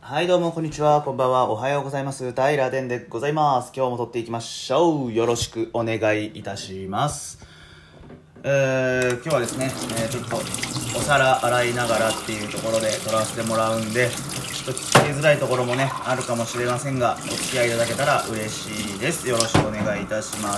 はいどうもこんにちは、こんばんは、おはようございます。平殿でございます。今日も撮っていきましょう。よろしくお願いいたします。今日はですね、ちょっとお皿洗いながらっていうところで撮らせてもらうんで、ちょっと聞きづらいところもねあるかもしれませんが、お付き合いいただけたら嬉しいです。よろしくお願いいたします。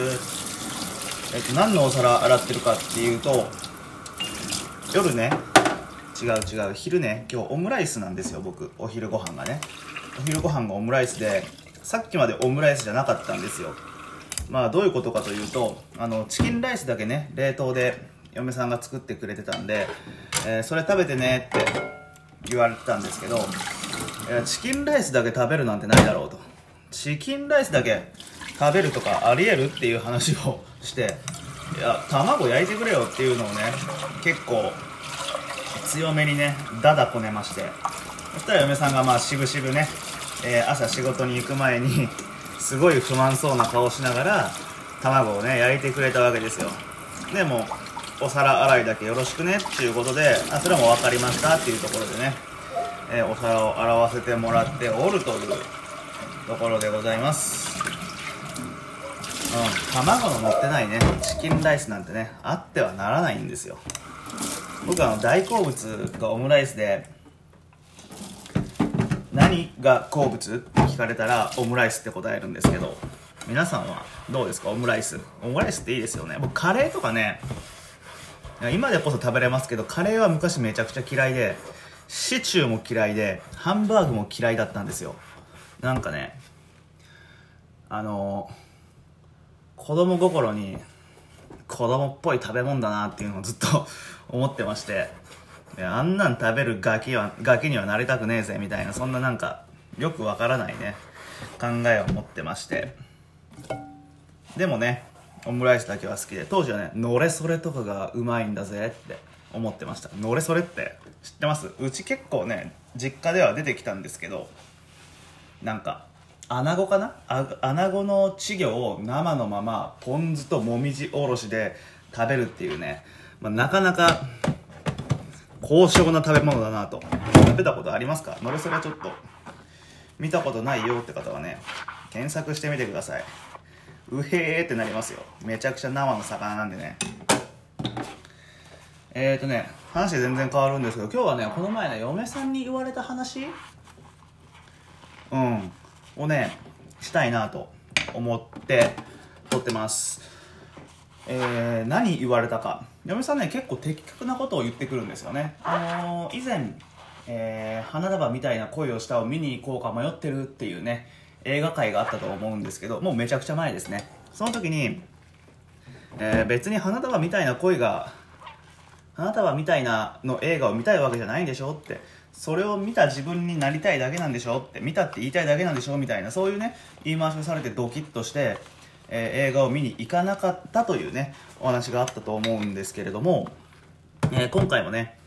何のお皿洗ってるかっていうと、夜ね、違う昼ね、今日オムライスなんですよ。僕お昼ご飯がオムライスで、さっきまでオムライスじゃなかったんですよ。まあどういうことかというと、チキンライスだけね冷凍で嫁さんが作ってくれてたんで、それ食べてねって言われてたんですけど、チキンライスだけ食べるなんてないだろうと。チキンライスだけ食べるとかありえるっていう話をして、いや卵焼いてくれよっていうのをね、結構強めにねダダこねまして、そしたら嫁さんがまあしぶしぶね、朝仕事に行く前にすごい不満そうな顔しながら卵をね焼いてくれたわけですよ。でもお皿洗いだけよろしくねっていうことで、それも分かりましたっていうところでね、お皿を洗わせてもらっておるというところでございます。卵の乗ってないねチキンライスなんてねあってはならないんですよ。僕大好物がオムライスで、何が好物って聞かれたらオムライスって答えるんですけど、皆さんはどうですか？オムライスっていいですよね。僕カレーとかね、今でこそ食べれますけど、カレーは昔めちゃくちゃ嫌いで、シチューも嫌いで、ハンバーグも嫌いだったんですよ。なんかね、子供心に子供っぽい食べ物だなっていうのをずっと思ってまして、あんなん食べるガキにはなりたくねえぜみたいな、そんななんかよくわからないね考えを持ってまして、でもねオムライスだけは好きで、当時はねのれそれとかがうまいんだぜって思ってました。のれそれって知ってます？うち結構ね実家では出てきたんですけど、なんか穴子かな、穴子の稚魚を生のままポン酢ともみじおろしで食べるっていうね、なかなか高尚な食べ物だなと。食べたことありますか？のれそれちょっと見たことないよって方はね検索してみてください。うへーってなりますよ。めちゃくちゃ生の魚なんでね。話全然変わるんですけど、今日はねこの前ね嫁さんに言われた話をねしたいなと思って撮ってます。何言われたか。嫁さんね結構的確なことを言ってくるんですよね。以前、花束みたいな恋をしたを見に行こうか迷ってるっていうね映画会があったと思うんですけど、もうめちゃくちゃ前ですね。その時に、別に花束みたいなの映画を見たいわけじゃないんでしょって、それを見た自分になりたいだけなんでしょって、見たって言いたいだけなんでしょみたいな、そういうね言い回しをされてドキッとして、映画を見に行かなかったというねお話があったと思うんですけれども、今回もね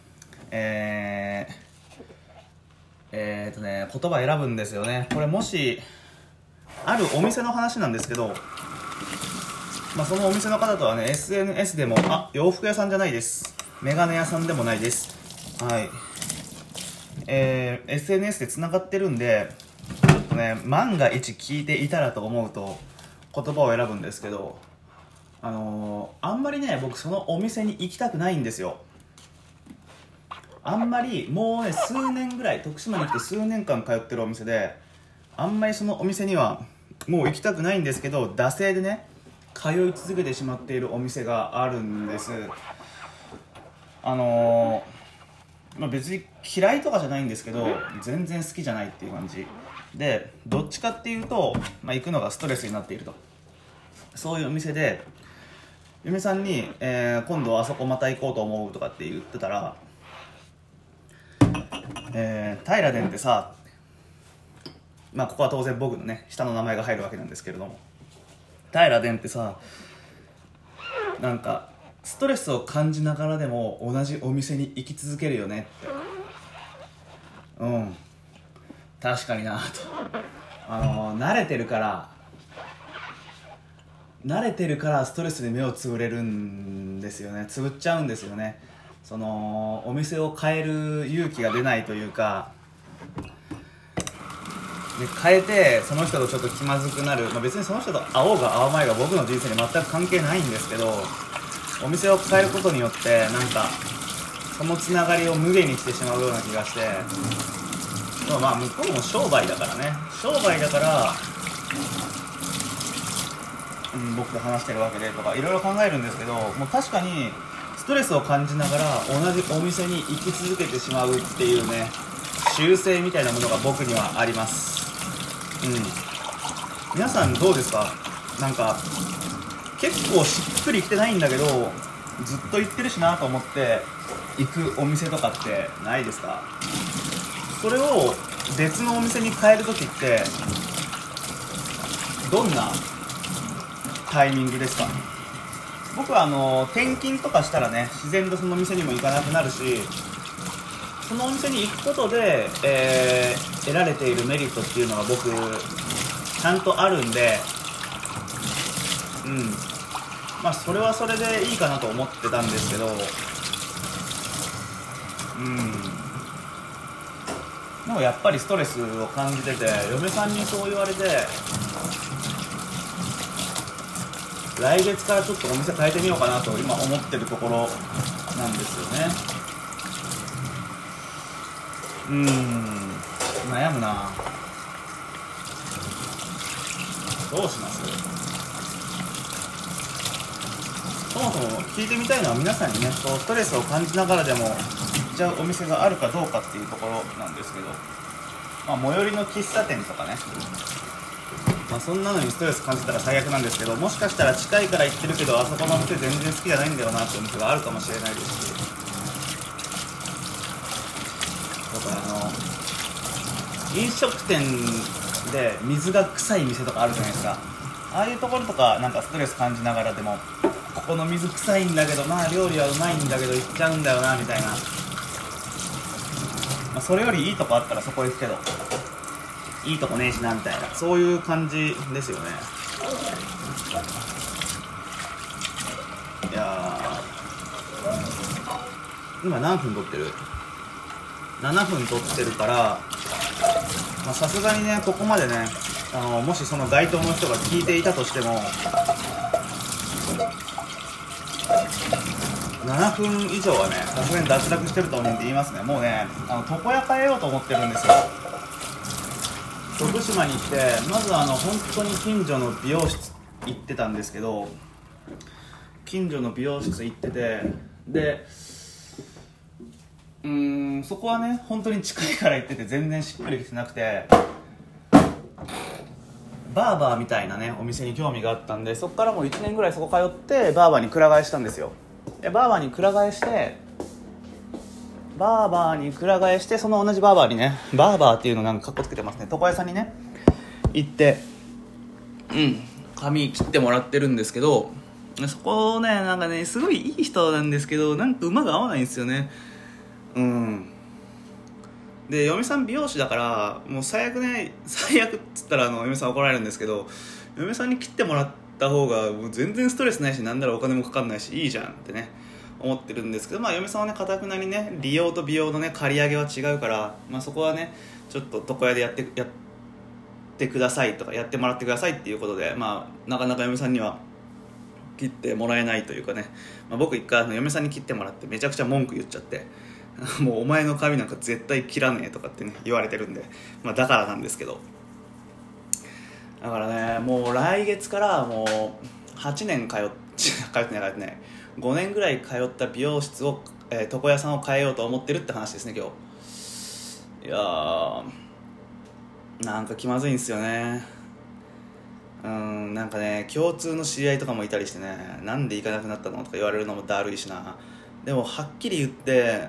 言葉選ぶんですよね。これもしあるお店の話なんですけど、そのお店の方とはね SNS でも、洋服屋さんじゃないです、メガネ屋さんでもないです、はい、SNS でつながってるんで、ちょっとね万が一聞いていたらと思うと言葉を選ぶんですけど、あんまりね僕そのお店に行きたくないんですよ。あんまりもうね数年ぐらい徳島に来て数年間通ってるお店で、あんまりそのお店にはもう行きたくないんですけど、惰性でね通い続けてしまっているお店があるんです。別に嫌いとかじゃないんですけど、全然好きじゃないっていう感じで、どっちかっていうと、行くのがストレスになっていると、そういうお店で、嫁さんに、今度あそこまた行こうと思うとかって言ってたら、平殿ってさ、ここは当然僕のね下の名前が入るわけなんですけれども、平殿ってさ、なんかストレスを感じながらでも同じお店に行き続けるよねって。確かになと。慣れてるからストレスで目をつぶれるんですよね。つぶっちゃうんですよね。お店を変える勇気が出ないというか、 変えてその人とちょっと気まずくなる、別にその人と会おうが会わまいが僕の人生に全く関係ないんですけど、お店を変えることによってなんかそのつながりを無限にしてしまうような気がして、でも向こうも商売だからね、商売だから、僕と話してるわけでとかいろいろ考えるんですけど、もう確かにストレスを感じながら同じお店に行き続けてしまうっていうね、習性みたいなものが僕にはあります。皆さんどうですか？なんか結構しっくりきてないんだけどずっと行ってるしなと思って行くお店とかってないですか？それを別のお店に変えるときってどんなタイミングですか？僕は転勤とかしたらね、自然とその店にも行かなくなるし、そのお店に行くことで、得られているメリットっていうのが僕ちゃんとあるんで、それはそれでいいかなと思ってたんですけど、でもやっぱりストレスを感じてて、嫁さんにそう言われて、来月からちょっとお店変えてみようかなと今思ってるところなんですよね。悩むな。どうします？そもそも聞いてみたいのは皆さんにね、そうストレスを感じながらでも行っちゃうお店があるかどうかっていうところなんですけど、最寄りの喫茶店とかね、そんなのにストレス感じたら最悪なんですけど、もしかしたら近いから行ってるけどあそこの店全然好きじゃないんだよなってお店があるかもしれないですし、とか飲食店で水が臭い店とかあるじゃないですか。ああいうところとかなんかストレス感じながらでも、ここの水臭いんだけど料理はうまいんだけど行っちゃうんだよなみたいな、それよりいいとこあったらそこ行くけどいいとこねえしなみたいな、そういう感じですよね。いや今何分撮ってる？7分撮ってるから、さすがにねここまでね、もしその該当の人が聞いていたとしても7分以上はねさすがに脱落してると思うんで言いますね。もうね床屋変えようと思ってるんですよ。徳島に行ってまず本当に近所の美容室行ってたんですけど、近所の美容室行ってて、でそこはね本当に近いから行ってて全然しっくりきてなくて、バーバーみたいなねお店に興味があったんで、そこからもう1年ぐらいそこ通ってバーバーにくら替えしたんですよ。でバーバーにくら替えしてその同じバーバーにね、バーバーっていうのなんかカッコつけてますね、床屋さんにね行って髪切ってもらってるんですけど、そこねなんかねすごいいい人なんですけど、なんか馬が合わないんですよね。で嫁さん美容師だからもう最悪っつったら嫁さん怒られるんですけど、嫁さんに切ってもらった方がもう全然ストレスないし、なんならお金もかかんないしいいじゃんってね思ってるんですけど、嫁さんはね堅くなにね利用と美容のね借り上げは違うから、そこはねちょっと床屋でやってくださいとかやってもらってくださいっていうことで、なかなか嫁さんには切ってもらえないというかね、僕一回嫁さんに切ってもらってめちゃくちゃ文句言っちゃってもうお前の髪なんか絶対切らねえとかってね言われてるんで、だからなんですけど、だからねもう来月からもう8年通ってない5年ぐらい通った美容室を、床屋さんを変えようと思ってるって話ですね今日。いやーなんか気まずいんですよね。なんかね共通の知り合いとかもいたりしてね、なんで行かなくなったのとか言われるのもだるいしな。でもはっきり言って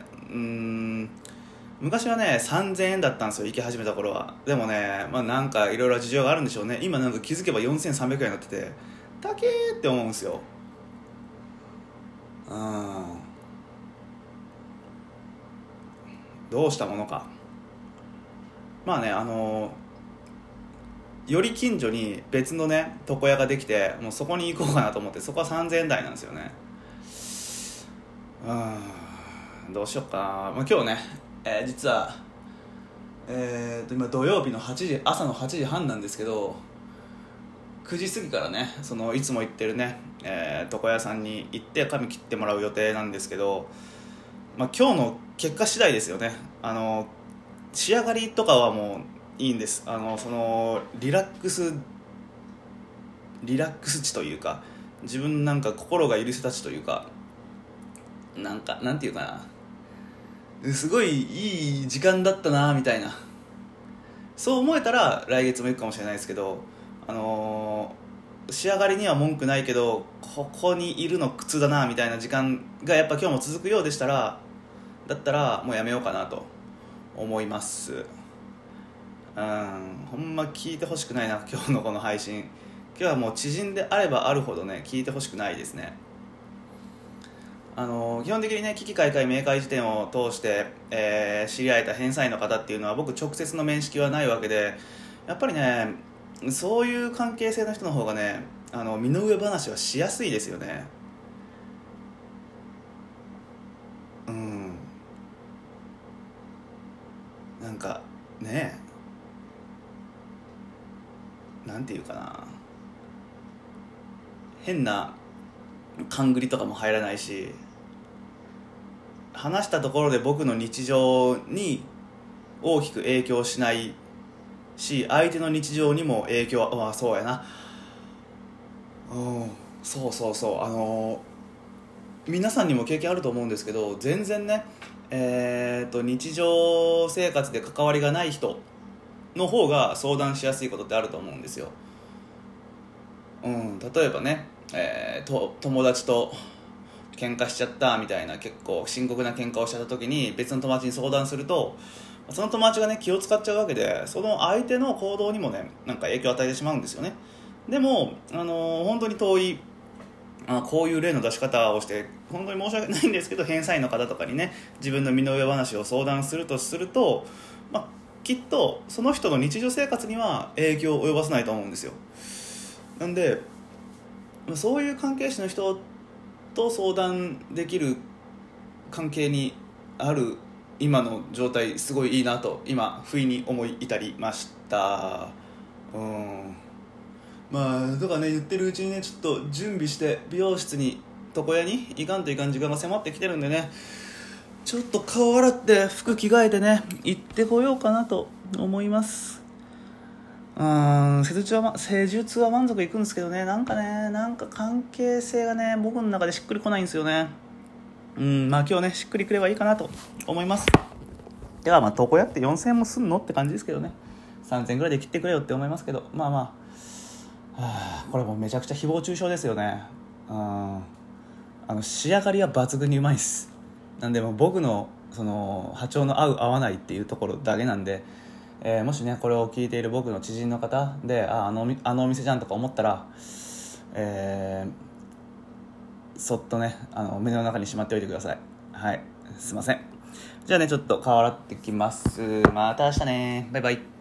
昔はね3000円だったんですよ行き始めた頃は。でもねなんかいろいろ事情があるんでしょうね、今なんか気づけば4300円になってて高えって思うんですよ。どうしたものか。より近所に別のね床屋ができて、もうそこに行こうかなと思って、そこは3000円台なんですよね。どうしよっかな。今日ね、実は今土曜日の朝の8時半なんですけど、9時過ぎからね、いつも行ってるね、床屋さんに行って髪切ってもらう予定なんですけど、今日の結果次第ですよね。仕上がりとかはもういいんです。リラックス値というか、自分なんか心が許せたちというか、なんていうかな、すごいいい時間だったなみたいな、そう思えたら来月も行くかもしれないですけど、仕上がりには文句ないけど、ここにいるの苦痛だなみたいな時間がやっぱ今日も続くようでしたら、だったらもうやめようかなと思います。ほんま聞いてほしくないな今日のこの配信。今日はもう知人であればあるほどね聞いてほしくないですね。基本的にね、危機開会明快辞典を通して、知り合えた返済の方っていうのは僕直接の面識はないわけで、やっぱりねそういう関係性の人の方がね身の上話はしやすいですよね。なんかね、なんていうかな、変な勘繰りとかも入らないし、話したところで僕の日常に大きく影響しないし、相手の日常にも影響は、そうやな、そう皆さんにも経験あると思うんですけど、全然ね、日常生活で関わりがない人の方が相談しやすいことってあると思うんですよ。例えばね、友達と喧嘩しちゃったみたいな、結構深刻な喧嘩をしちゃった時に別の友達に相談すると、その友達がね気を使っちゃうわけで、その相手の行動にもねなんか影響を与えてしまうんですよね。でも、本当に遠いこういう例の出し方をして本当に申し訳ないんですけど、返済員の方とかにね自分の身の上話を相談すると、きっとその人の日常生活には影響を及ぼさないと思うんですよ。なんでそういう関係者の人と相談できる関係にある今の状態、すごいいいなと今不意に思い至りました。とかね言ってるうちにね、ちょっと準備して美容室に床屋に行かんといかん時間が迫ってきてるんでね、ちょっと顔洗って服着替えてね行ってこようかなと思います。施術は満足いくんですけどね、なんか関係性がね僕の中でしっくりこないんですよね。今日ねしっくりくればいいかなと思います。では床屋って4000円もすんのって感じですけどね、3000円ぐらいで切ってくれよって思いますけど、これもめちゃくちゃ誹謗中傷ですよね。仕上がりは抜群にうまいです。なんで僕のその波長の合う合わないっていうところだけなんで、もしねこれを聞いている僕の知人の方であのお店じゃんとか思ったら、そっとね胸の中にしまっておいてください。はい、すいません。じゃあねちょっと顔洗ってきます。また明日ね、バイバイ。